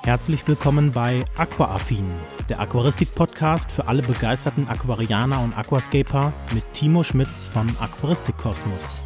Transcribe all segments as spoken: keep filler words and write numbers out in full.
Herzlich willkommen bei Aquaaffin, der Aquaristik-Podcast für alle begeisterten Aquarianer und Aquascaper mit Timo Schmitz vom Aquaristik-Kosmos.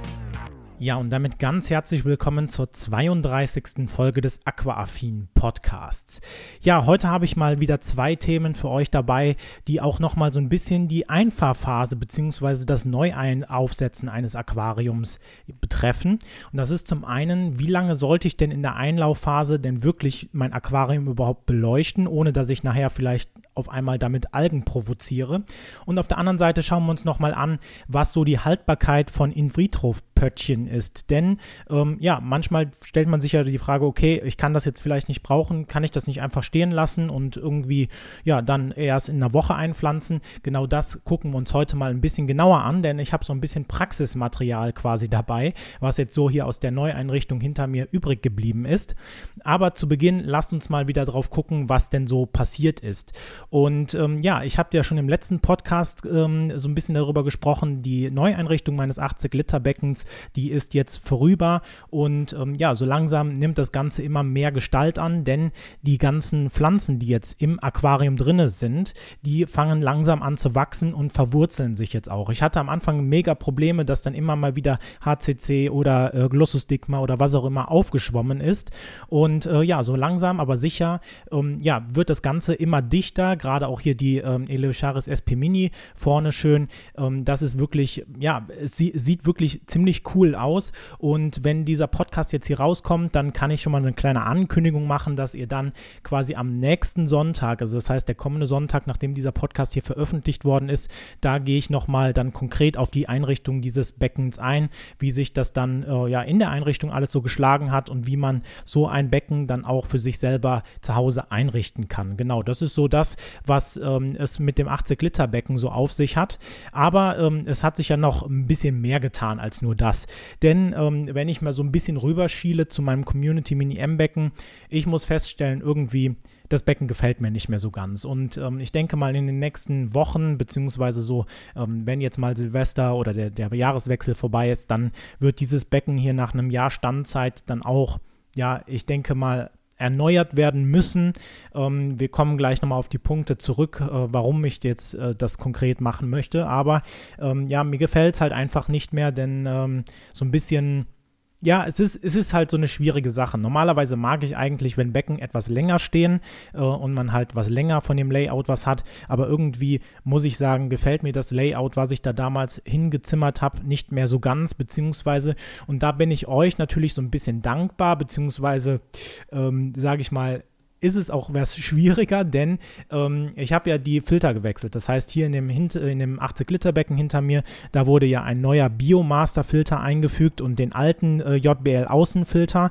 Ja, und damit ganz herzlich willkommen zur zweiunddreißigsten Folge des Aquaaffin Podcasts. Ja, heute habe ich mal wieder zwei Themen für euch dabei, die auch nochmal so ein bisschen die Einfahrphase bzw. das Neuaufsetzen eines Aquariums betreffen. Und das ist zum einen, wie lange sollte ich denn in der Einlaufphase denn wirklich mein Aquarium überhaupt beleuchten, ohne dass ich nachher vielleicht auf einmal damit Algen provoziere. Und auf der anderen Seite schauen wir uns nochmal an, was so die Haltbarkeit von In-vitro-Pöttchen ist. Denn ähm, ja, manchmal stellt man sich ja die Frage, okay, ich kann das jetzt vielleicht nicht brauchen, kann ich das nicht einfach stehen lassen und irgendwie ja dann erst in einer Woche einpflanzen? Genau das gucken wir uns heute mal ein bisschen genauer an, denn ich habe so ein bisschen Praxismaterial quasi dabei, was jetzt so hier aus der Neueinrichtung hinter mir übrig geblieben ist. Aber zu Beginn lasst uns mal wieder drauf gucken, was denn so passiert ist. Und ähm, ja, ich habe ja schon im letzten Podcast ähm, so ein bisschen darüber gesprochen, die Neueinrichtung meines achtzig Liter Beckens, die ist jetzt vorüber und ähm, ja, so langsam nimmt das Ganze immer mehr Gestalt an, denn die ganzen Pflanzen, die jetzt im Aquarium drin sind, die fangen langsam an zu wachsen und verwurzeln sich jetzt auch. Ich hatte am Anfang mega Probleme, dass dann immer mal wieder H C C oder äh, Glossostigma oder was auch immer aufgeschwommen ist und äh, ja, so langsam, aber sicher ähm, ja, wird das Ganze immer dichter. Gerade auch hier die ähm, Eleocharis S P Mini vorne schön. Ähm, das ist wirklich, ja, es sie, sieht wirklich ziemlich cool aus. Und wenn dieser Podcast jetzt hier rauskommt, dann kann ich schon mal eine kleine Ankündigung machen, dass ihr dann quasi am nächsten Sonntag, also das heißt der kommende Sonntag, nachdem dieser Podcast hier veröffentlicht worden ist, da gehe ich nochmal dann konkret auf die Einrichtung dieses Beckens ein, wie sich das dann äh, ja in der Einrichtung alles so geschlagen hat und wie man so ein Becken dann auch für sich selber zu Hause einrichten kann. Genau, das ist so das, was ähm, es mit dem achtzig Liter Becken so auf sich hat. Aber ähm, es hat sich ja noch ein bisschen mehr getan als nur das. Denn ähm, wenn ich mal so ein bisschen rüberschiele zu meinem Community Mini M Becken, ich muss feststellen, irgendwie das Becken gefällt mir nicht mehr so ganz. Und ähm, ich denke mal in den nächsten Wochen, beziehungsweise so, ähm, wenn jetzt mal Silvester oder der, der Jahreswechsel vorbei ist, dann wird dieses Becken hier nach einem Jahr Standzeit dann auch, ja, ich denke mal, erneuert werden müssen. Ähm, wir kommen gleich nochmal auf die Punkte zurück, äh, warum ich jetzt äh, das konkret machen möchte. Aber ähm, ja, mir gefällt es halt einfach nicht mehr, denn ähm, so ein bisschen Ja, es ist, es ist halt so eine schwierige Sache. Normalerweise mag ich eigentlich, wenn Becken etwas länger stehen äh, und man halt was länger von dem Layout was hat, aber irgendwie muss ich sagen, gefällt mir das Layout, was ich da damals hingezimmert habe, nicht mehr so ganz, beziehungsweise, und da bin ich euch natürlich so ein bisschen dankbar, beziehungsweise, ähm, sage ich mal, ist es auch was schwieriger, denn ähm, ich habe ja die Filter gewechselt. Das heißt, hier in dem, in dem achtzig Liter Becken hinter mir, da wurde ja ein neuer Biomaster-Filter eingefügt und den alten äh, J B L-Außenfilter.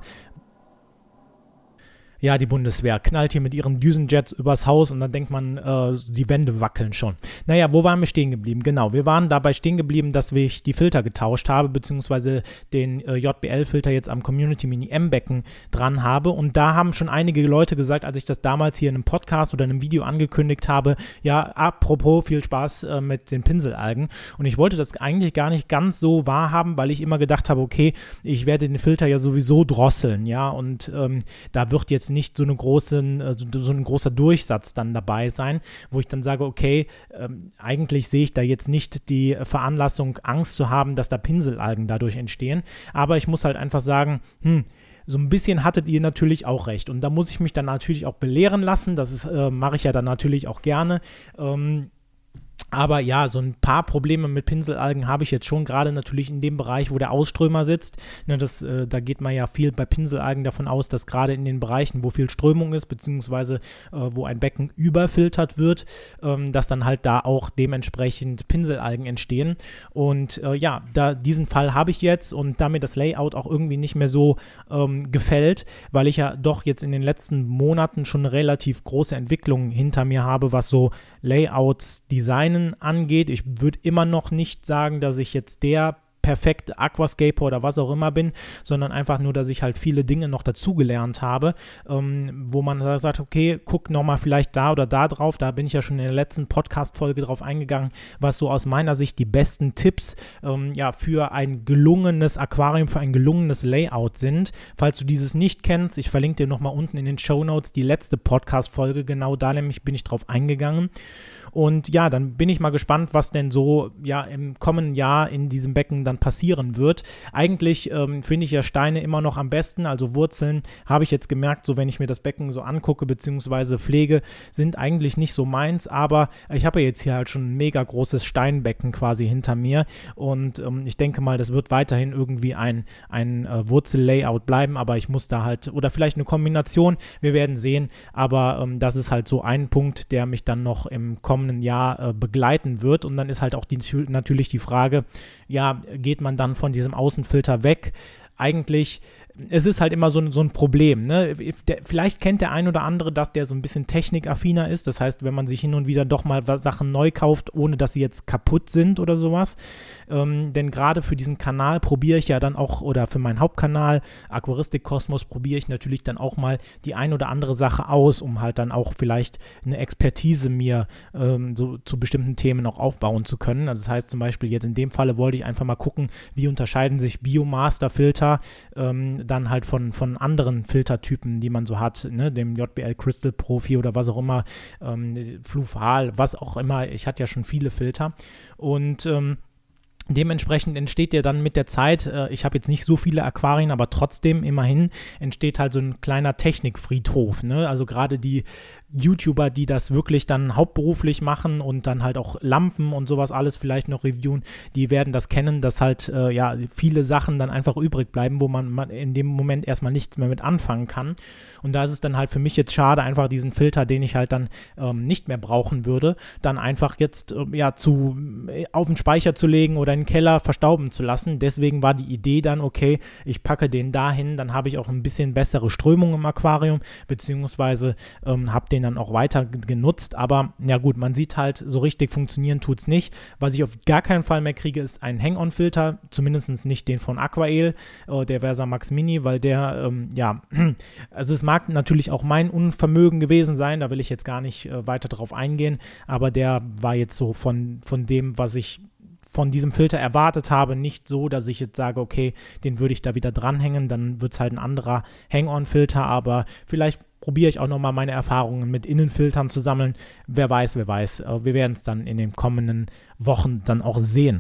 Ja, die Bundeswehr knallt hier mit ihren Düsenjets übers Haus und dann denkt man, äh, die Wände wackeln schon. Naja, wo waren wir stehen geblieben? Genau, wir waren dabei stehen geblieben, dass ich die Filter getauscht habe, beziehungsweise den äh, J B L-Filter jetzt am Community Mini M-Becken dran habe. Und da haben schon einige Leute gesagt, als ich das damals hier in einem Podcast oder in einem Video angekündigt habe, ja, apropos, viel Spaß äh, mit den Pinselalgen. Und ich wollte das eigentlich gar nicht ganz so wahrhaben, weil ich immer gedacht habe, okay, ich werde den Filter ja sowieso drosseln, ja, und ähm, da wird jetzt nicht so, eine großen, so ein großer Durchsatz dann dabei sein, wo ich dann sage, okay, ähm, eigentlich sehe ich da jetzt nicht die Veranlassung, Angst zu haben, dass da Pinselalgen dadurch entstehen, aber ich muss halt einfach sagen, hm, so ein bisschen hattet ihr natürlich auch recht und da muss ich mich dann natürlich auch belehren lassen, das ist, äh, mache ich ja dann natürlich auch gerne, ähm, aber ja, so ein paar Probleme mit Pinselalgen habe ich jetzt schon, gerade natürlich in dem Bereich, wo der Ausströmer sitzt. Ne, das, äh, da geht man ja viel bei Pinselalgen davon aus, dass gerade in den Bereichen, wo viel Strömung ist, beziehungsweise äh, wo ein Becken überfiltert wird, ähm, dass dann halt da auch dementsprechend Pinselalgen entstehen. Und äh, ja, da, diesen Fall habe ich jetzt und da mir das Layout auch irgendwie nicht mehr so ähm, gefällt, weil ich ja doch jetzt in den letzten Monaten schon eine relativ große Entwicklung hinter mir habe, was so Layouts, Designen angeht. Ich würde immer noch nicht sagen, dass ich jetzt der perfekt Aquascaper oder was auch immer bin, sondern einfach nur, dass ich halt viele Dinge noch dazugelernt habe, ähm, wo man da sagt, okay, guck nochmal vielleicht da oder da drauf, da bin ich ja schon in der letzten Podcast-Folge drauf eingegangen, was so aus meiner Sicht die besten Tipps ähm, ja, für ein gelungenes Aquarium, für ein gelungenes Layout sind. Falls du dieses nicht kennst, ich verlinke dir nochmal unten in den Shownotes die letzte Podcast-Folge, genau da nämlich bin ich drauf eingegangen. Und ja, dann bin ich mal gespannt, was denn so ja im kommenden Jahr in diesem Becken dann passieren wird. Eigentlich ähm, finde ich ja Steine immer noch am besten, also Wurzeln habe ich jetzt gemerkt, so wenn ich mir das Becken so angucke bzw. pflege, sind eigentlich nicht so meins, aber ich habe ja jetzt hier halt schon ein mega großes Steinbecken quasi hinter mir und ähm, ich denke mal, das wird weiterhin irgendwie ein, ein äh, Wurzellayout bleiben, aber ich muss da halt, oder vielleicht eine Kombination, wir werden sehen, aber ähm, das ist halt so ein Punkt, der mich dann noch im kommenden Jahr äh, begleiten wird und dann ist halt auch die, natürlich die Frage, ja, geht man dann von diesem Außenfilter weg? Eigentlich, es ist halt immer so, so ein Problem, ne? Der, vielleicht kennt der ein oder andere das, der so ein bisschen technikaffiner ist, das heißt, wenn man sich hin und wieder doch mal Sachen neu kauft, ohne dass sie jetzt kaputt sind oder sowas, ähm, denn gerade für diesen Kanal probiere ich ja dann auch, oder für meinen Hauptkanal Aquaristik Kosmos probiere ich natürlich dann auch mal die ein oder andere Sache aus, um halt dann auch vielleicht eine Expertise mir ähm, so zu bestimmten Themen auch aufbauen zu können. Also das heißt zum Beispiel jetzt in dem Falle wollte ich einfach mal gucken, wie unterscheiden sich Biomaster-Filter ähm, dann halt von, von anderen Filtertypen, die man so hat, ne, dem J B L Crystal Profi oder was auch immer, ähm, Flufal, was auch immer. Ich hatte ja schon viele Filter und ähm, dementsprechend entsteht ja dann mit der Zeit, äh, ich habe jetzt nicht so viele Aquarien, aber trotzdem immerhin entsteht halt so ein kleiner Technikfriedhof, ne? Also gerade die YouTuber, die das wirklich dann hauptberuflich machen und dann halt auch Lampen und sowas alles vielleicht noch reviewen, die werden das kennen, dass halt äh, ja viele Sachen dann einfach übrig bleiben, wo man, man in dem Moment erstmal nichts mehr mit anfangen kann. Und da ist es dann halt für mich jetzt schade, einfach diesen Filter, den ich halt dann ähm, nicht mehr brauchen würde, dann einfach jetzt äh, ja zu äh, auf den Speicher zu legen oder in den Keller verstauben zu lassen. Deswegen war die Idee dann, okay, ich packe den dahin, dann habe ich auch ein bisschen bessere Strömung im Aquarium, beziehungsweise ähm, habe den dann auch weiter genutzt, aber ja gut, man sieht halt, so richtig funktionieren tut es nicht. Was ich auf gar keinen Fall mehr kriege, ist ein Hang-On-Filter, zumindest nicht den von Aquael, äh, der Versamax Mini, weil der, ähm, ja, also es mag natürlich auch mein Unvermögen gewesen sein, da will ich jetzt gar nicht äh, weiter drauf eingehen, aber der war jetzt so von, von dem, was ich von diesem Filter erwartet habe, nicht so, dass ich jetzt sage, okay, den würde ich da wieder dranhängen, dann wird es halt ein anderer Hang-On-Filter, aber vielleicht probiere ich auch nochmal meine Erfahrungen mit Innenfiltern zu sammeln. Wer weiß, wer weiß. Wir werden es dann in den kommenden Wochen dann auch sehen.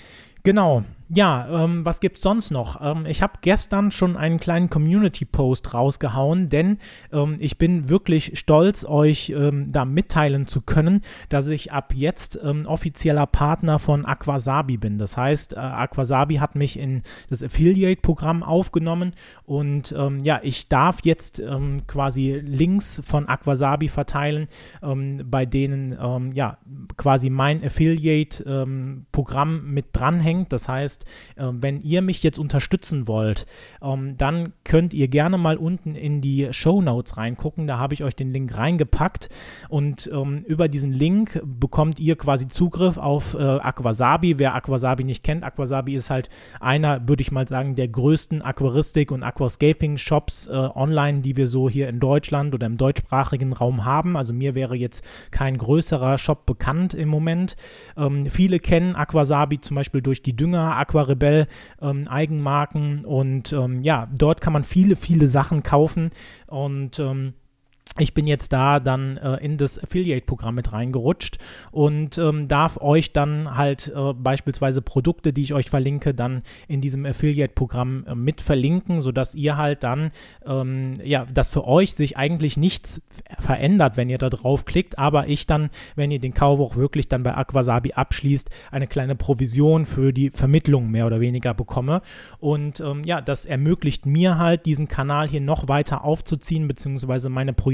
Genau. Ja, ähm, was gibt's sonst noch? Ähm, ich habe gestern schon einen kleinen Community-Post rausgehauen, denn ähm, ich bin wirklich stolz, euch ähm, da mitteilen zu können, dass ich ab jetzt ähm, offizieller Partner von Aquasabi bin. Das heißt, äh, Aquasabi hat mich in das Affiliate-Programm aufgenommen und ähm, ja, ich darf jetzt ähm, quasi Links von Aquasabi verteilen, ähm, bei denen ähm, ja quasi mein Affiliate-Programm ähm, mit dranhängt. Das heißt, wenn ihr mich jetzt unterstützen wollt, ähm, dann könnt ihr gerne mal unten in die Shownotes reingucken, da habe ich euch den Link reingepackt und ähm, über diesen Link bekommt ihr quasi Zugriff auf äh, Aquasabi. Wer Aquasabi nicht kennt, Aquasabi ist halt einer, würde ich mal sagen, der größten Aquaristik- und Aquascaping-Shops äh, online, die wir so hier in Deutschland oder im deutschsprachigen Raum haben. Also mir wäre jetzt kein größerer Shop bekannt im Moment. Ähm, viele kennen Aquasabi zum Beispiel durch die Dünger, Aquarebel, ähm, Eigenmarken und ähm, ja, dort kann man viele, viele Sachen kaufen und ähm, ich bin jetzt da dann äh, in das Affiliate-Programm mit reingerutscht und ähm, darf euch dann halt äh, beispielsweise Produkte, die ich euch verlinke, dann in diesem Affiliate-Programm äh, mit verlinken, sodass ihr halt dann, ähm, ja, dass für euch sich eigentlich nichts verändert, wenn ihr da drauf klickt, aber ich dann, wenn ihr den Kauf auch wirklich dann bei Aquasabi abschließt, eine kleine Provision für die Vermittlung mehr oder weniger bekomme und ähm, ja, das ermöglicht mir halt, diesen Kanal hier noch weiter aufzuziehen, beziehungsweise meine Projekte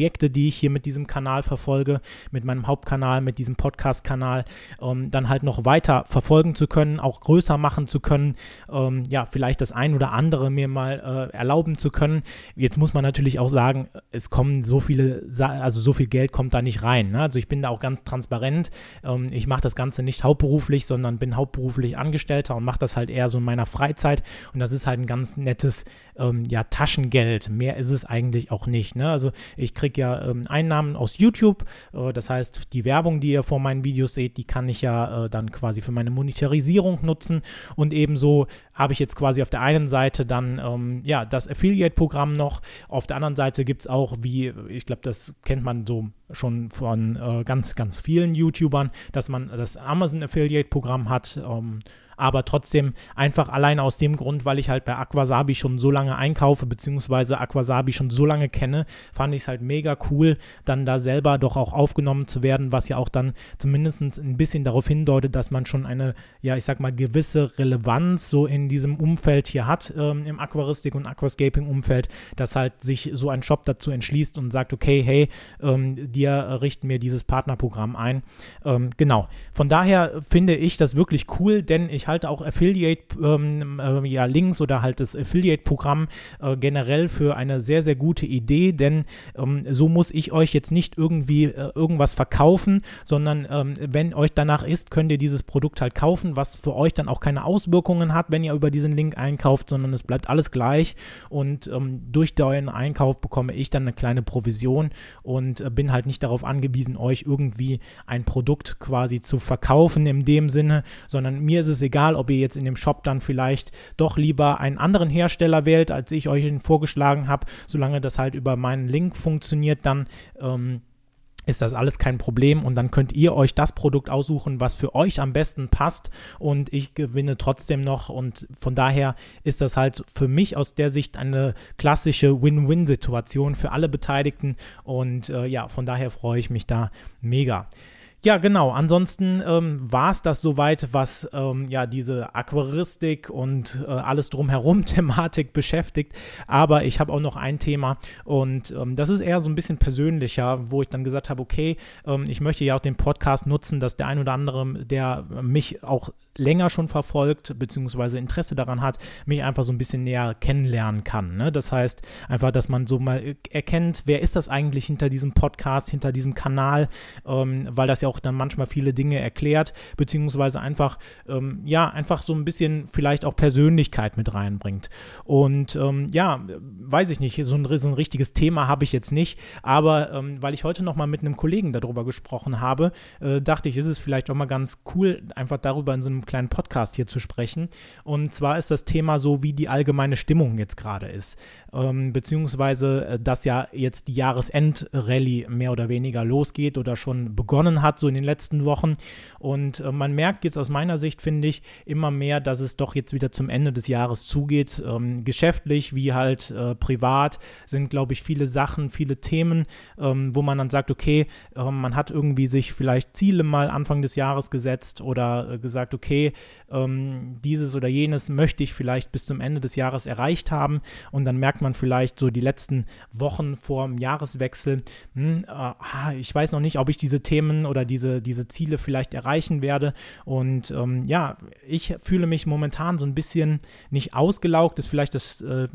Projekte, die ich hier mit diesem Kanal verfolge, mit meinem Hauptkanal, mit diesem Podcast-Kanal, ähm, dann halt noch weiter verfolgen zu können, auch größer machen zu können, ähm, ja, vielleicht das ein oder andere mir mal äh, erlauben zu können. Jetzt muss man natürlich auch sagen, es kommen so viele, Sa- also so viel Geld kommt da nicht rein, ne? Also ich bin da auch ganz transparent. Ähm, ich mache das Ganze nicht hauptberuflich, sondern bin hauptberuflich Angestellter und mache das halt eher so in meiner Freizeit und das ist halt ein ganz nettes ähm, ja, Taschengeld. Mehr ist es eigentlich auch nicht, ne? Also ich kriege ja ähm, Einnahmen aus YouTube, äh, das heißt, die Werbung, die ihr vor meinen Videos seht, die kann ich ja äh, dann quasi für meine Monetarisierung nutzen und ebenso habe ich jetzt quasi auf der einen Seite dann ähm, ja, das Affiliate-Programm noch, auf der anderen Seite gibt es auch, wie, ich glaube, das kennt man so schon von äh, ganz, ganz vielen YouTubern, dass man das Amazon Affiliate-Programm hat, ähm, aber trotzdem einfach allein aus dem Grund, weil ich halt bei Aquasabi schon so lange einkaufe, beziehungsweise Aquasabi schon so lange kenne, fand ich es halt mega cool, dann da selber doch auch aufgenommen zu werden, was ja auch dann zumindest ein bisschen darauf hindeutet, dass man schon eine, ja, ich sag mal, gewisse Relevanz so in diesem Umfeld hier hat, ähm, im Aquaristik- und Aquascaping-Umfeld, dass halt sich so ein Shop dazu entschließt und sagt, okay, hey, ähm, dir äh, richten wir dieses Partnerprogramm ein. Ähm, genau. Von daher finde ich das wirklich cool, denn ich halte auch Affiliate ähm, äh, ja, Links oder halt das Affiliate-Programm äh, generell für eine sehr, sehr gute Idee, denn ähm, so muss ich euch jetzt nicht irgendwie äh, irgendwas verkaufen, sondern ähm, wenn euch danach ist, könnt ihr dieses Produkt halt kaufen, was für euch dann auch keine Auswirkungen hat, wenn ihr über diesen Link einkauft, sondern es bleibt alles gleich und ähm, durch euren Einkauf bekomme ich dann eine kleine Provision und äh, bin halt nicht darauf angewiesen, euch irgendwie ein Produkt quasi zu verkaufen in dem Sinne, sondern mir ist es egal, Egal, ob ihr jetzt in dem Shop dann vielleicht doch lieber einen anderen Hersteller wählt, als ich euch ihn vorgeschlagen habe, solange das halt über meinen Link funktioniert, dann ähm, ist das alles kein Problem und dann könnt ihr euch das Produkt aussuchen, was für euch am besten passt und ich gewinne trotzdem noch und von daher ist das halt für mich aus der Sicht eine klassische Win-Win-Situation für alle Beteiligten und äh, ja, von daher freue ich mich da mega. Ja, genau. Ansonsten ähm, war es das soweit, was ähm, ja diese Aquaristik und äh, alles drumherum Thematik beschäftigt. Aber ich habe auch noch ein Thema und ähm, das ist eher so ein bisschen persönlicher, wo ich dann gesagt habe, okay, ähm, ich möchte ja auch den Podcast nutzen, dass der ein oder andere, der mich auch länger schon verfolgt, beziehungsweise Interesse daran hat, mich einfach so ein bisschen näher kennenlernen kann. Ne? Das heißt einfach, dass man so mal erkennt, wer ist das eigentlich hinter diesem Podcast, hinter diesem Kanal, ähm, weil das ja auch dann manchmal viele Dinge erklärt, beziehungsweise einfach, ähm, ja, einfach so ein bisschen vielleicht auch Persönlichkeit mit reinbringt. Und ähm, ja, weiß ich nicht, so ein, so ein richtiges Thema habe ich jetzt nicht, aber ähm, weil ich heute noch mal mit einem Kollegen darüber gesprochen habe, äh, dachte ich, ist es vielleicht auch mal ganz cool, einfach darüber in so einem kleinen Podcast hier zu sprechen. Und zwar ist das Thema so, wie die allgemeine Stimmung jetzt gerade ist. Ähm, beziehungsweise, äh, dass ja jetzt die Jahresend-Rallye mehr oder weniger losgeht oder schon begonnen hat, so in den letzten Wochen. Und äh, man merkt jetzt aus meiner Sicht, finde ich, immer mehr, dass es doch jetzt wieder zum Ende des Jahres zugeht. Ähm, geschäftlich wie halt äh, privat sind, glaube ich, viele Sachen, viele Themen, ähm, wo man dann sagt, okay, äh, man hat irgendwie sich vielleicht Ziele mal Anfang des Jahres gesetzt oder äh, gesagt, okay, ähm, dieses oder jenes möchte ich vielleicht bis zum Ende des Jahres erreicht haben und dann merkt man vielleicht so die letzten Wochen vor dem Jahreswechsel, hm, äh, ich weiß noch nicht, ob ich diese Themen oder diese, diese Ziele vielleicht erreichen werde und ähm, ja, ich fühle mich momentan so ein bisschen nicht ausgelaugt, ist vielleicht das, äh,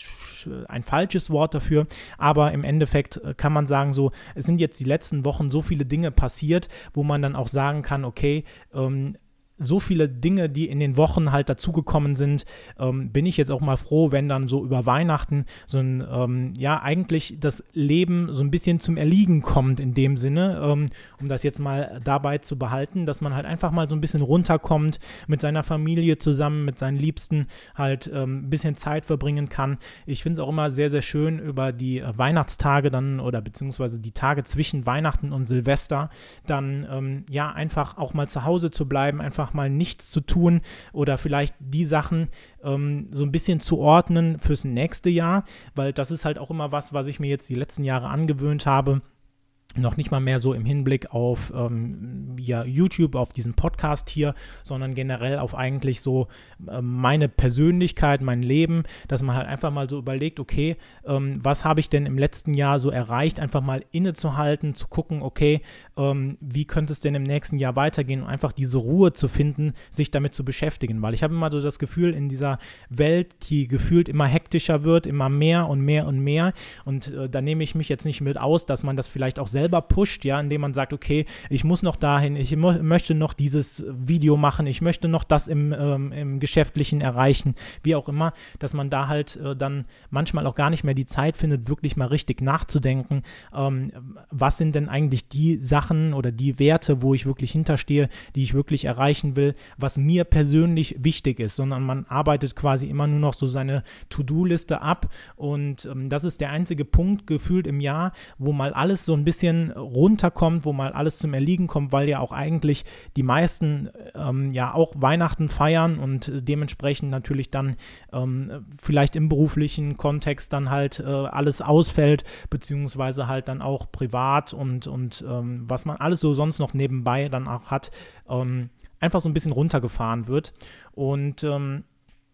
ein falsches Wort dafür, aber im Endeffekt kann man sagen so, es sind jetzt die letzten Wochen so viele Dinge passiert, wo man dann auch sagen kann, okay, ähm, so viele Dinge, die in den Wochen halt dazugekommen sind, ähm, bin ich jetzt auch mal froh, wenn dann so über Weihnachten so ein, ähm, ja, eigentlich das Leben so ein bisschen zum Erliegen kommt in dem Sinne, ähm, um das jetzt mal dabei zu behalten, dass man halt einfach mal so ein bisschen runterkommt, mit seiner Familie zusammen, mit seinen Liebsten halt ähm, ein bisschen Zeit verbringen kann. Ich finde es auch immer sehr, sehr schön über die äh, Weihnachtstage dann oder beziehungsweise die Tage zwischen Weihnachten und Silvester dann, ähm, ja, einfach auch mal zu Hause zu bleiben, einfach mal nichts zu tun oder vielleicht die Sachen ähm, so ein bisschen zu ordnen fürs nächste Jahr, weil das ist halt auch immer was, was ich mir jetzt die letzten Jahre angewöhnt habe, noch nicht mal mehr so im Hinblick auf ähm, ja, YouTube, auf diesen Podcast hier, sondern generell auf eigentlich so äh, meine Persönlichkeit, mein Leben, dass man halt einfach mal so überlegt, okay, ähm, was habe ich denn im letzten Jahr so erreicht, einfach mal innezuhalten, zu gucken, okay, ähm, wie könnte es denn im nächsten Jahr weitergehen und einfach diese Ruhe zu finden, sich damit zu beschäftigen, weil ich habe immer so das Gefühl, in dieser Welt, die gefühlt immer hektischer wird, immer mehr und mehr und mehr und äh, da nehme ich mich jetzt nicht mit aus, dass man das vielleicht auch selbst selber pusht, ja, indem man sagt, okay, ich muss noch dahin, ich mo- möchte noch dieses Video machen, ich möchte noch das im, ähm, im Geschäftlichen erreichen, wie auch immer, dass man da halt äh, dann manchmal auch gar nicht mehr die Zeit findet, wirklich mal richtig nachzudenken, ähm, was sind denn eigentlich die Sachen oder die Werte, wo ich wirklich hinterstehe, die ich wirklich erreichen will, was mir persönlich wichtig ist, sondern man arbeitet quasi immer nur noch so seine To-Do-Liste ab und ähm, das ist der einzige Punkt gefühlt im Jahr, wo mal alles so ein bisschen runterkommt, wo mal alles zum Erliegen kommt, weil ja auch eigentlich die meisten ähm, ja auch Weihnachten feiern und dementsprechend natürlich dann ähm, vielleicht im beruflichen Kontext dann halt äh, alles ausfällt, beziehungsweise halt dann auch privat und, und ähm, was man alles so sonst noch nebenbei dann auch hat, ähm, einfach so ein bisschen runtergefahren wird und ähm,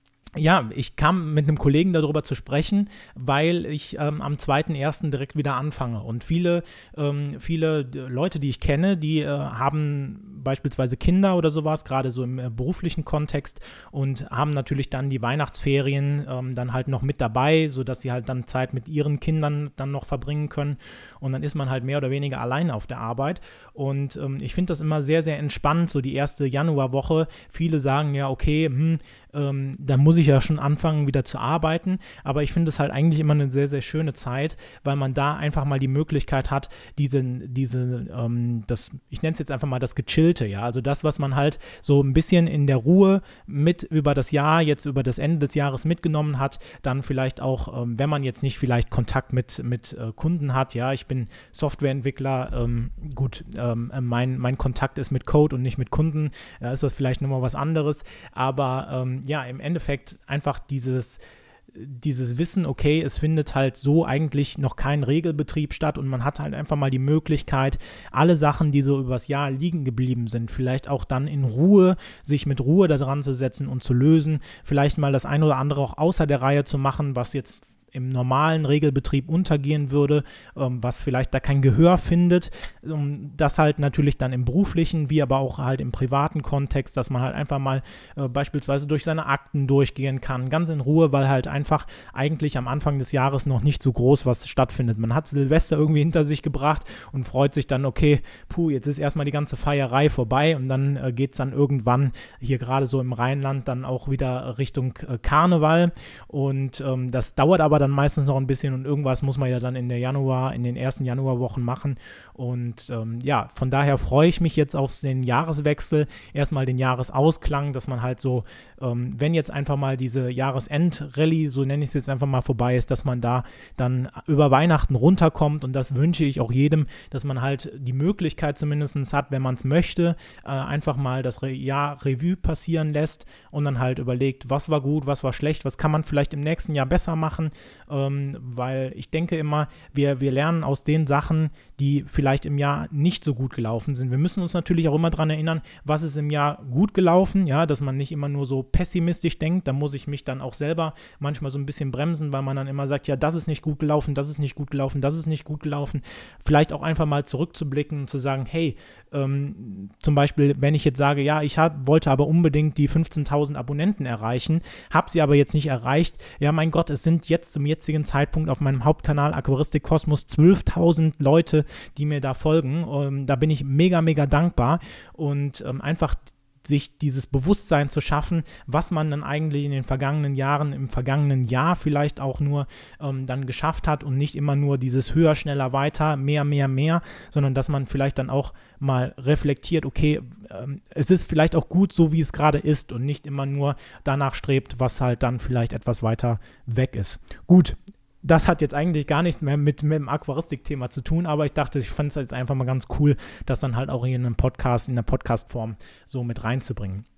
ja, ich kam mit einem Kollegen darüber zu sprechen, weil ich ähm, am zweiten ersten direkt wieder anfange. Und viele, ähm, viele Leute, die ich kenne, die äh, haben beispielsweise Kinder oder sowas, gerade so im äh, beruflichen Kontext und haben natürlich dann die Weihnachtsferien ähm, dann halt noch mit dabei, sodass sie halt dann Zeit mit ihren Kindern dann noch verbringen können. Und dann ist man halt mehr oder weniger alleine auf der Arbeit. Und ähm, ich finde das immer sehr, sehr entspannt, so die erste Januarwoche. Viele sagen ja, okay, hm, ähm, da muss ich ja schon anfangen, wieder zu arbeiten, aber ich finde es halt eigentlich immer eine sehr, sehr schöne Zeit, weil man da einfach mal die Möglichkeit hat, diese, diese, ähm, das, ich nenne es jetzt einfach mal das Gechillte, ja, also das, was man halt so ein bisschen in der Ruhe mit über das Jahr, jetzt über das Ende des Jahres mitgenommen hat, dann vielleicht auch, ähm, wenn man jetzt nicht vielleicht Kontakt mit, mit äh, Kunden hat, ja, ich bin Softwareentwickler, ähm, gut, ähm, mein, mein Kontakt ist mit Code und nicht mit Kunden, da ist das vielleicht nochmal was anderes, aber ähm, ja, im Endeffekt einfach dieses, dieses Wissen, okay, es findet halt so eigentlich noch kein Regelbetrieb statt und man hat halt einfach mal die Möglichkeit, alle Sachen, die so übers Jahr liegen geblieben sind, vielleicht auch dann in Ruhe, sich mit Ruhe da dran zu setzen und zu lösen, vielleicht mal das ein oder andere auch außer der Reihe zu machen, was jetzt im normalen Regelbetrieb untergehen würde, ähm, was vielleicht da kein Gehör findet, um, das halt natürlich dann im beruflichen, wie aber auch halt im privaten Kontext, dass man halt einfach mal äh, beispielsweise durch seine Akten durchgehen kann, ganz in Ruhe, weil halt einfach eigentlich am Anfang des Jahres noch nicht so groß was stattfindet. Man hat Silvester irgendwie hinter sich gebracht und freut sich dann, okay, puh, jetzt ist erstmal die ganze Feierei vorbei und dann äh, geht es dann irgendwann hier gerade so im Rheinland dann auch wieder Richtung äh, Karneval und ähm, das dauert aber dann meistens noch ein bisschen und irgendwas muss man ja dann in der Januar, in den ersten Januarwochen machen und ähm, ja, von daher freue ich mich jetzt auf den Jahreswechsel, erstmal den Jahresausklang, dass man halt so, ähm, wenn jetzt einfach mal diese Jahresend-Rallye, so nenne ich es jetzt einfach mal vorbei ist, dass man da dann über Weihnachten runterkommt und das wünsche ich auch jedem, dass man halt die Möglichkeit zumindest hat, wenn man es möchte, äh, einfach mal das Re- Jahr Revue passieren lässt und dann halt überlegt, was war gut, was war schlecht, was kann man vielleicht im nächsten Jahr besser machen, ähm, weil ich denke immer, wir, wir lernen aus den Sachen, die vielleicht im Jahr nicht so gut gelaufen sind. Wir müssen uns natürlich auch immer daran erinnern, was ist im Jahr gut gelaufen, ja, dass man nicht immer nur so pessimistisch denkt, da muss ich mich dann auch selber manchmal so ein bisschen bremsen, weil man dann immer sagt, ja, das ist nicht gut gelaufen, das ist nicht gut gelaufen, das ist nicht gut gelaufen. Vielleicht auch einfach mal zurückzublicken und zu sagen, hey, ähm, zum Beispiel, wenn ich jetzt sage, ja, ich hab, wollte aber unbedingt die fünfzehntausend Abonnenten erreichen, habe sie aber jetzt nicht erreicht, ja, mein Gott, es sind jetzt zum jetzigen Zeitpunkt auf meinem Hauptkanal Aquaristik Kosmos zwölftausend Leute, die mir da folgen. Ähm, da bin ich mega, mega dankbar und ähm, einfach sich dieses Bewusstsein zu schaffen, was man dann eigentlich in den vergangenen Jahren, im vergangenen Jahr vielleicht auch nur ähm, dann geschafft hat und nicht immer nur dieses höher, schneller, weiter, mehr, mehr, mehr, sondern dass man vielleicht dann auch mal reflektiert, okay, ähm, es ist vielleicht auch gut so, wie es gerade ist und nicht immer nur danach strebt, was halt dann vielleicht etwas weiter weg ist. Gut. Das hat jetzt eigentlich gar nichts mehr mit, mit dem Aquaristik-Thema zu tun, aber ich dachte, ich fand es jetzt einfach mal ganz cool, das dann halt auch hier in einem Podcast, in der Podcast-Form so mit reinzubringen.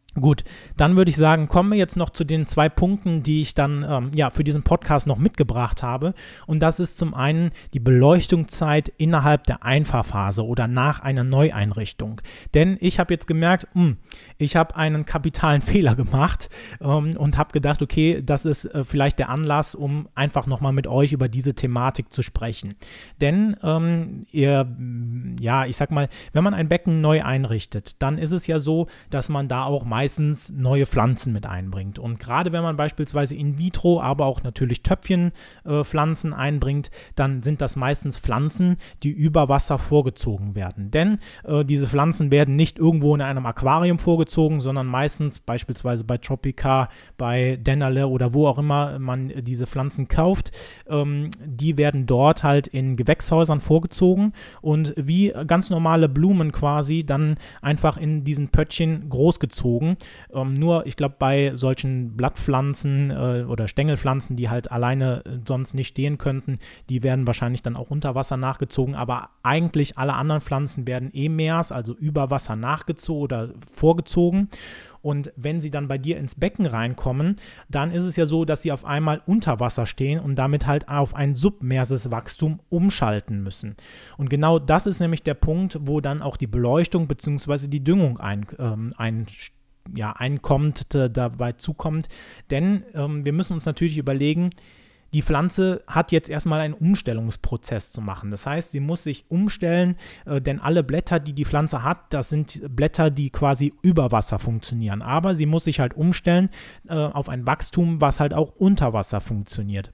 Gut, dann würde ich sagen, kommen wir jetzt noch zu den zwei Punkten, die ich dann ähm, ja, für diesen Podcast noch mitgebracht habe. Und das ist zum einen die Beleuchtungszeit innerhalb der Einfahrphase oder nach einer Neueinrichtung. Denn ich habe jetzt gemerkt, mh, ich habe einen kapitalen Fehler gemacht ähm, und habe gedacht, okay, das ist äh, vielleicht der Anlass, um einfach nochmal mit euch über diese Thematik zu sprechen. Denn ähm, ihr, ja, ich sag mal, wenn man ein Becken neu einrichtet, dann ist es ja so, dass man da auch meistens meistens neue Pflanzen mit einbringt. Und gerade wenn man beispielsweise in vitro, aber auch natürlich Töpfchenpflanzen äh, einbringt, dann sind das meistens Pflanzen, die über Wasser vorgezogen werden. Denn äh, diese Pflanzen werden nicht irgendwo in einem Aquarium vorgezogen, sondern meistens beispielsweise bei Tropica, bei Dennerle oder wo auch immer man diese Pflanzen kauft, ähm, die werden dort halt in Gewächshäusern vorgezogen und wie ganz normale Blumen quasi dann einfach in diesen Pöttchen großgezogen. Ähm, nur, ich glaube, bei solchen Blattpflanzen äh, oder Stängelpflanzen, die halt alleine äh, sonst nicht stehen könnten, die werden wahrscheinlich dann auch unter Wasser nachgezogen, aber eigentlich alle anderen Pflanzen werden emers, also über Wasser nachgezogen oder vorgezogen. Und wenn sie dann bei dir ins Becken reinkommen, dann ist es ja so, dass sie auf einmal unter Wasser stehen und damit halt auf ein submerses Wachstum umschalten müssen. Und genau das ist nämlich der Punkt, wo dann auch die Beleuchtung bzw. die Düngung ein, ähm, ein ja, einkommt, äh, dabei zukommt. Denn ähm, wir müssen uns natürlich überlegen, die Pflanze hat jetzt erstmal einen Umstellungsprozess zu machen. Das heißt, sie muss sich umstellen, äh, denn alle Blätter, die die Pflanze hat, das sind Blätter, die quasi über Wasser funktionieren. Aber sie muss sich halt umstellen äh, auf ein Wachstum, was halt auch unter Wasser funktioniert.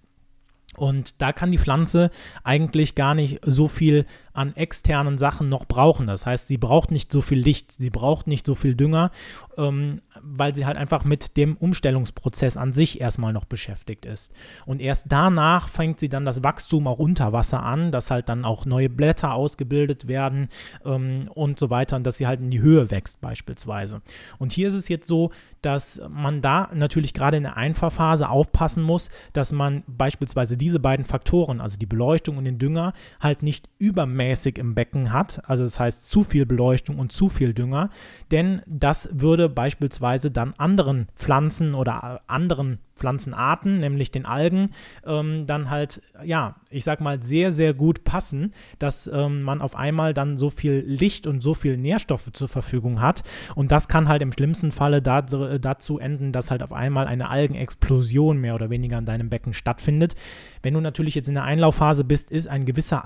Und da kann die Pflanze eigentlich gar nicht so viel an externen Sachen noch brauchen. Das heißt, sie braucht nicht so viel Licht, sie braucht nicht so viel Dünger, ähm, weil sie halt einfach mit dem Umstellungsprozess an sich erstmal noch beschäftigt ist. Und erst danach fängt sie dann das Wachstum auch unter Wasser an, dass halt dann auch neue Blätter ausgebildet werden ähm, und so weiter und dass sie halt in die Höhe wächst beispielsweise. Und hier ist es jetzt so, dass man da natürlich gerade in der Einfahrphase aufpassen muss, dass man beispielsweise diese beiden Faktoren, also die Beleuchtung und den Dünger, halt nicht übermäßig im Becken hat, also das heißt zu viel Beleuchtung und zu viel Dünger, denn das würde beispielsweise dann anderen Pflanzen oder anderen Pflanzenarten, nämlich den Algen, ähm, dann halt, ja, ich sag mal, sehr, sehr gut passen, dass ähm, man auf einmal dann so viel Licht und so viel Nährstoffe zur Verfügung hat und das kann halt im schlimmsten Falle da, dazu enden, dass halt auf einmal eine Algenexplosion mehr oder weniger in deinem Becken stattfindet. Wenn du natürlich jetzt in der Einlaufphase bist, ist ein gewisser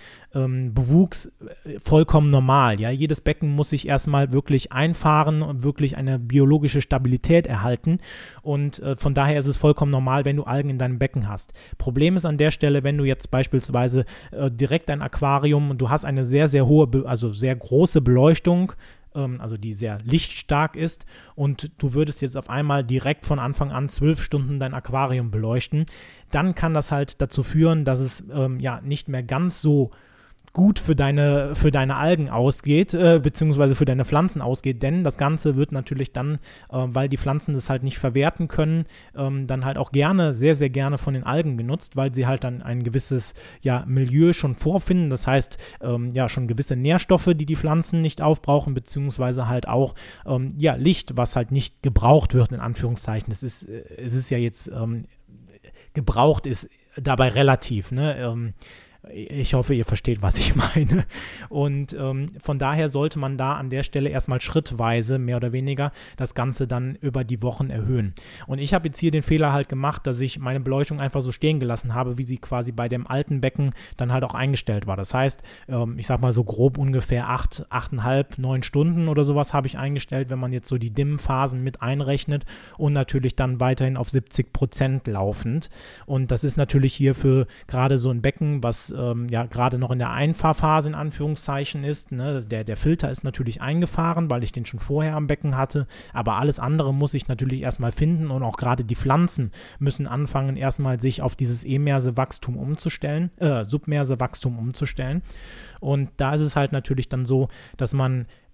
Algenbewuchs ähm, vollkommen normal. Ja? Jedes Becken muss sich erstmal wirklich einfahren und wirklich eine biologische Stabilität erhalten und äh, von daher ist es vollkommen normal, wenn du Algen in deinem Becken hast. Problem ist an der Stelle, wenn du jetzt beispielsweise äh, direkt ein Aquarium und du hast eine sehr, sehr hohe, Be- also sehr große Beleuchtung, ähm, also die sehr lichtstark ist und du würdest jetzt auf einmal direkt von Anfang an zwölf Stunden dein Aquarium beleuchten, dann kann das halt dazu führen, dass es ähm, ja nicht mehr ganz so gut für deine, für deine Algen ausgeht, äh, beziehungsweise für deine Pflanzen ausgeht, denn das Ganze wird natürlich dann, äh, weil die Pflanzen das halt nicht verwerten können, ähm, dann halt auch gerne, sehr, sehr gerne von den Algen genutzt, weil sie halt dann ein gewisses ja, Milieu schon vorfinden, das heißt, ähm, ja, schon gewisse Nährstoffe, die die Pflanzen nicht aufbrauchen, beziehungsweise halt auch, ähm, ja, Licht, was halt nicht gebraucht wird, in Anführungszeichen. Es ist, äh, es ist ja jetzt, ähm, gebraucht ist dabei relativ, ne, ähm, ich hoffe, ihr versteht, was ich meine. Und ähm, von daher sollte man da an der Stelle erstmal schrittweise, mehr oder weniger, das Ganze dann über die Wochen erhöhen. Und ich habe jetzt hier den Fehler halt gemacht, dass ich meine Beleuchtung einfach so stehen gelassen habe, wie sie quasi bei dem alten Becken dann halt auch eingestellt war. Das heißt, ähm, ich sag mal so grob ungefähr acht, achteinhalb, neun Stunden oder sowas habe ich eingestellt, wenn man jetzt so die Dimmphasen mit einrechnet und natürlich dann weiterhin auf siebzig Prozent laufend. Und das ist natürlich hier für gerade so ein Becken, was Ähm, ja gerade noch in der Einfahrphase in Anführungszeichen ist. Ne? Der, der Filter ist natürlich eingefahren, weil ich den schon vorher am Becken hatte, aber alles andere muss ich natürlich erstmal finden und auch gerade die Pflanzen müssen anfangen, erstmal sich auf dieses emerse Wachstum umzustellen, äh, submerse Wachstum umzustellen. Und da ist es halt natürlich dann so, dass man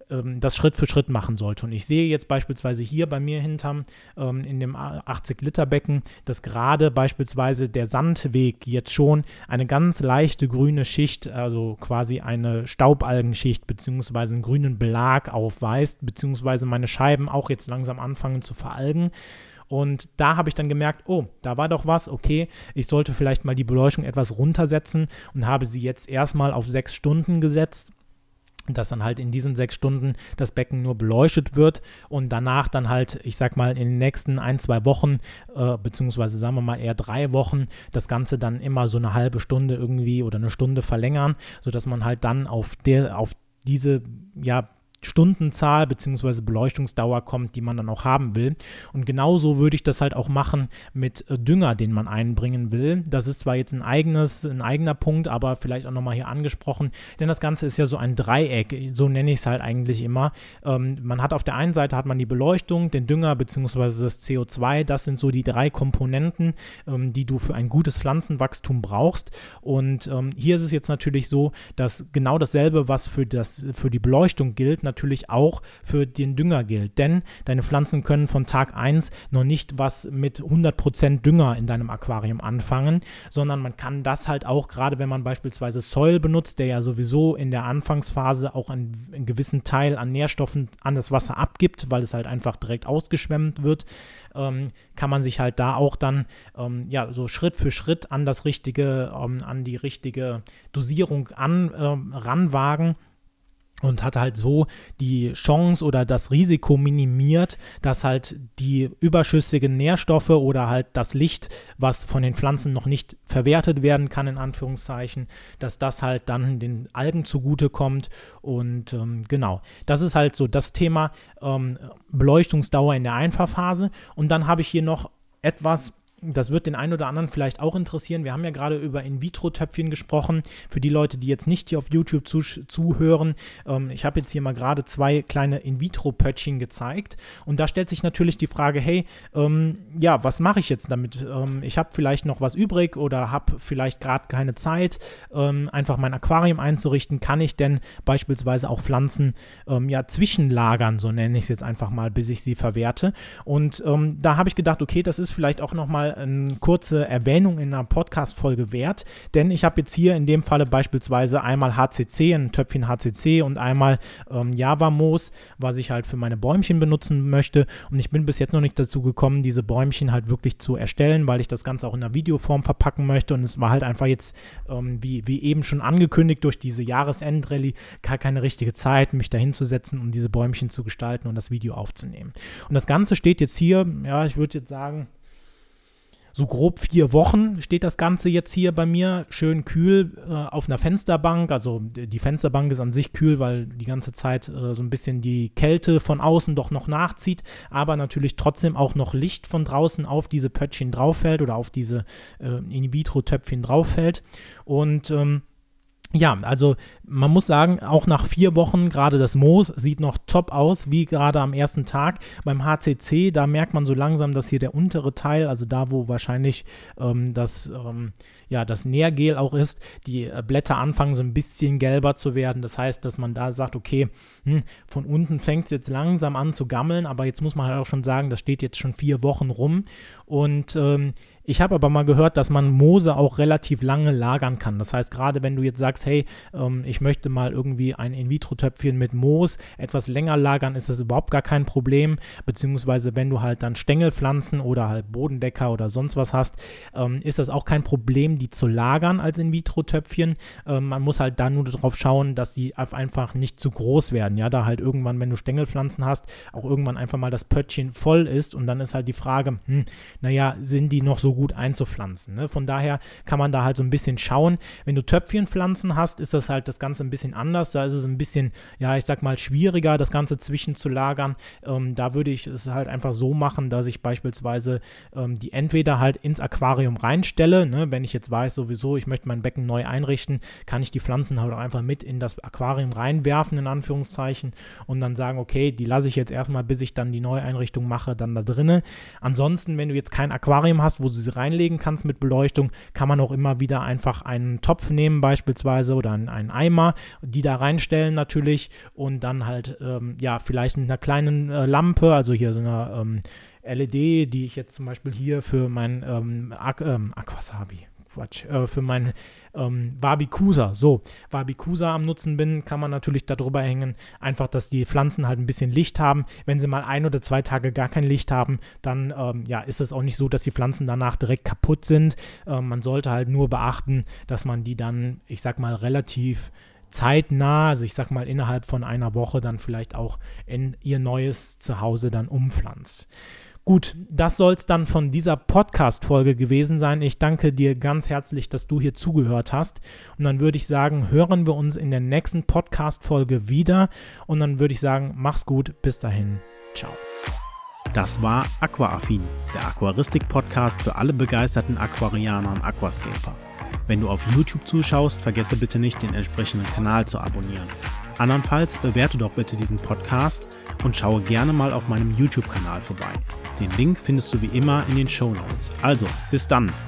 ähm, das Schritt für Schritt machen sollte. Und ich sehe jetzt beispielsweise hier bei mir hinterm ähm, in dem achtzig Liter Becken, dass gerade beispielsweise der Sandweg jetzt schon eine ganz leichte grüne Schicht, also quasi eine Staubalgenschicht beziehungsweise einen grünen Belag aufweist, beziehungsweise meine Scheiben auch jetzt langsam anfangen zu veralgen. Und da habe ich dann gemerkt, oh, da war doch was, okay, ich sollte vielleicht mal die Beleuchtung etwas runtersetzen und habe sie jetzt erstmal auf sechs Stunden gesetzt, dass dann halt in diesen sechs Stunden das Becken nur beleuchtet wird und danach dann halt, ich sag mal, in den nächsten ein, zwei Wochen, äh, beziehungsweise sagen wir mal eher drei Wochen, das Ganze dann immer so eine halbe Stunde irgendwie oder eine Stunde verlängern, sodass man halt dann auf der, auf diese, ja, Stundenzahl bzw. Beleuchtungsdauer kommt, die man dann auch haben will. Und genauso würde ich das halt auch machen mit äh, Dünger, den man einbringen will. Das ist zwar jetzt ein eigenes, ein eigener Punkt, aber vielleicht auch nochmal hier angesprochen, denn das Ganze ist ja so ein Dreieck, so nenne ich es halt eigentlich immer. Ähm, man hat auf der einen Seite hat man die Beleuchtung, den Dünger bzw. das C O zwei, das sind so die drei Komponenten, ähm, die du für ein gutes Pflanzenwachstum brauchst. Und ähm, hier ist es jetzt natürlich so, dass genau dasselbe, was für, das, für die Beleuchtung gilt, natürlich auch für den Dünger gilt, denn deine Pflanzen können von Tag eins noch nicht was mit hundert Prozent Dünger in deinem Aquarium anfangen, sondern man kann das halt auch, gerade wenn man beispielsweise Soil benutzt, der ja sowieso in der Anfangsphase auch einen, einen gewissen Teil an Nährstoffen an das Wasser abgibt, weil es halt einfach direkt ausgeschwemmt wird, ähm, kann man sich halt da auch dann ähm, ja so Schritt für Schritt an das richtige, ähm, an die richtige Dosierung an, ähm, ranwagen. Und hat halt so die Chance oder das Risiko minimiert, dass halt die überschüssigen Nährstoffe oder halt das Licht, was von den Pflanzen noch nicht verwertet werden kann, in Anführungszeichen, dass das halt dann den Algen zugutekommt. Und ähm, genau, das ist halt so das Thema ähm, Beleuchtungsdauer in der Einfahrphase. Und dann habe ich hier noch etwas. Das wird den einen oder anderen vielleicht auch interessieren. Wir haben ja gerade über In-vitro-Töpfchen gesprochen. Für die Leute, die jetzt nicht hier auf YouTube zu, zuhören, ähm, ich habe jetzt hier mal gerade zwei kleine In-vitro-Pöttchen gezeigt. Und da stellt sich natürlich die Frage, hey, ähm, ja, was mache ich jetzt damit? Ähm, ich habe vielleicht noch was übrig oder habe vielleicht gerade keine Zeit, ähm, einfach mein Aquarium einzurichten. Kann ich denn beispielsweise auch Pflanzen ähm, ja, zwischenlagern, so nenne ich es jetzt einfach mal, bis ich sie verwerte? Und ähm, da habe ich gedacht, okay, das ist vielleicht auch nochmal eine kurze Erwähnung in einer Podcast-Folge wert, denn ich habe jetzt hier in dem Falle beispielsweise einmal H C C, ein Töpfchen H C C und einmal ähm, Java-Moos, was ich halt für meine Bäumchen benutzen möchte, und ich bin bis jetzt noch nicht dazu gekommen, diese Bäumchen halt wirklich zu erstellen, weil ich das Ganze auch in der Videoform verpacken möchte, und es war halt einfach jetzt, ähm, wie, wie eben schon angekündigt, durch diese Jahresendrallye gar keine richtige Zeit, mich da hinzusetzen, um diese Bäumchen zu gestalten und das Video aufzunehmen. Und das Ganze steht jetzt hier, ja, ich würde jetzt sagen, so grob vier Wochen steht das Ganze jetzt hier bei mir, schön kühl äh, auf einer Fensterbank. Also die Fensterbank ist an sich kühl, weil die ganze Zeit äh, so ein bisschen die Kälte von außen doch noch nachzieht, aber natürlich trotzdem auch noch Licht von draußen auf diese Pöttchen drauf fällt oder auf diese äh, In-vitro-Töpfchen drauf fällt. Und ähm, ja, also man muss sagen, auch nach vier Wochen, gerade das Moos sieht noch top aus, wie gerade am ersten Tag. Beim H C C, da merkt man so langsam, dass hier der untere Teil, also da, wo wahrscheinlich ähm, das, ähm, ja, das Nährgel auch ist, die äh, Blätter anfangen so ein bisschen gelber zu werden. Das heißt, dass man da sagt, okay, hm, von unten fängt es jetzt langsam an zu gammeln, aber jetzt muss man halt auch schon sagen, das steht jetzt schon vier Wochen rum, und ähm, ich habe aber mal gehört, dass man Moose auch relativ lange lagern kann. Das heißt, gerade wenn du jetzt sagst, hey, ähm, ich möchte mal irgendwie ein In-vitro-Töpfchen mit Moos etwas länger lagern, ist das überhaupt gar kein Problem. Beziehungsweise wenn du halt dann Stängelpflanzen oder halt Bodendecker oder sonst was hast, ähm, ist das auch kein Problem, die zu lagern als In-vitro-Töpfchen. Ähm, man muss halt da nur darauf schauen, dass die einfach nicht zu groß werden. Ja, da halt irgendwann, wenn du Stängelpflanzen hast, auch irgendwann einfach mal das Pöttchen voll ist, und dann ist halt die Frage, hm, naja, sind die noch so gut einzupflanzen, ne? Von daher kann man da halt so ein bisschen schauen. Wenn du Töpfchenpflanzen hast, ist das halt das Ganze ein bisschen anders. Da ist es ein bisschen, ja, ich sag mal, schwieriger, das Ganze zwischenzulagern. Ähm, da würde ich es halt einfach so machen, dass ich beispielsweise ähm, die entweder halt ins Aquarium reinstelle, ne? Wenn ich jetzt weiß, sowieso, ich möchte mein Becken neu einrichten, kann ich die Pflanzen halt auch einfach mit in das Aquarium reinwerfen, in Anführungszeichen, und dann sagen, okay, die lasse ich jetzt erstmal, bis ich dann die Neueinrichtung mache, dann da drinne. Ansonsten, wenn du jetzt kein Aquarium hast, wo sie reinlegen kannst mit Beleuchtung, kann man auch immer wieder einfach einen Topf nehmen beispielsweise oder einen, einen Eimer, die da reinstellen natürlich und dann halt, ähm, ja, vielleicht mit einer kleinen äh, Lampe, also hier so einer ähm, L E D, die ich jetzt zum Beispiel hier für mein ähm, Aqu- ähm, Aquasabi, Quatsch, äh, für mein ähm, Wabikusa, so, Wabikusa am Nutzen bin, kann man natürlich darüber hängen, einfach, dass die Pflanzen halt ein bisschen Licht haben. Wenn sie mal ein oder zwei Tage gar kein Licht haben, dann ähm, ja, ist es auch nicht so, dass die Pflanzen danach direkt kaputt sind. Ähm, man sollte halt nur beachten, dass man die dann, ich sag mal, relativ zeitnah, also ich sag mal innerhalb von einer Woche dann vielleicht auch in ihr neues Zuhause dann umpflanzt. Gut, das soll es dann von dieser Podcast-Folge gewesen sein. Ich danke dir ganz herzlich, dass du hier zugehört hast. Und dann würde ich sagen, hören wir uns in der nächsten Podcast-Folge wieder. Und dann würde ich sagen, mach's gut, bis dahin, ciao. Das war Aquaaffin, der Aquaristik-Podcast für alle begeisterten Aquarianer und Aquascaper. Wenn du auf YouTube zuschaust, vergesse bitte nicht, den entsprechenden Kanal zu abonnieren. Andernfalls bewerte doch bitte diesen Podcast und schaue gerne mal auf meinem YouTube-Kanal vorbei. Den Link findest du wie immer in den Shownotes. Also, bis dann!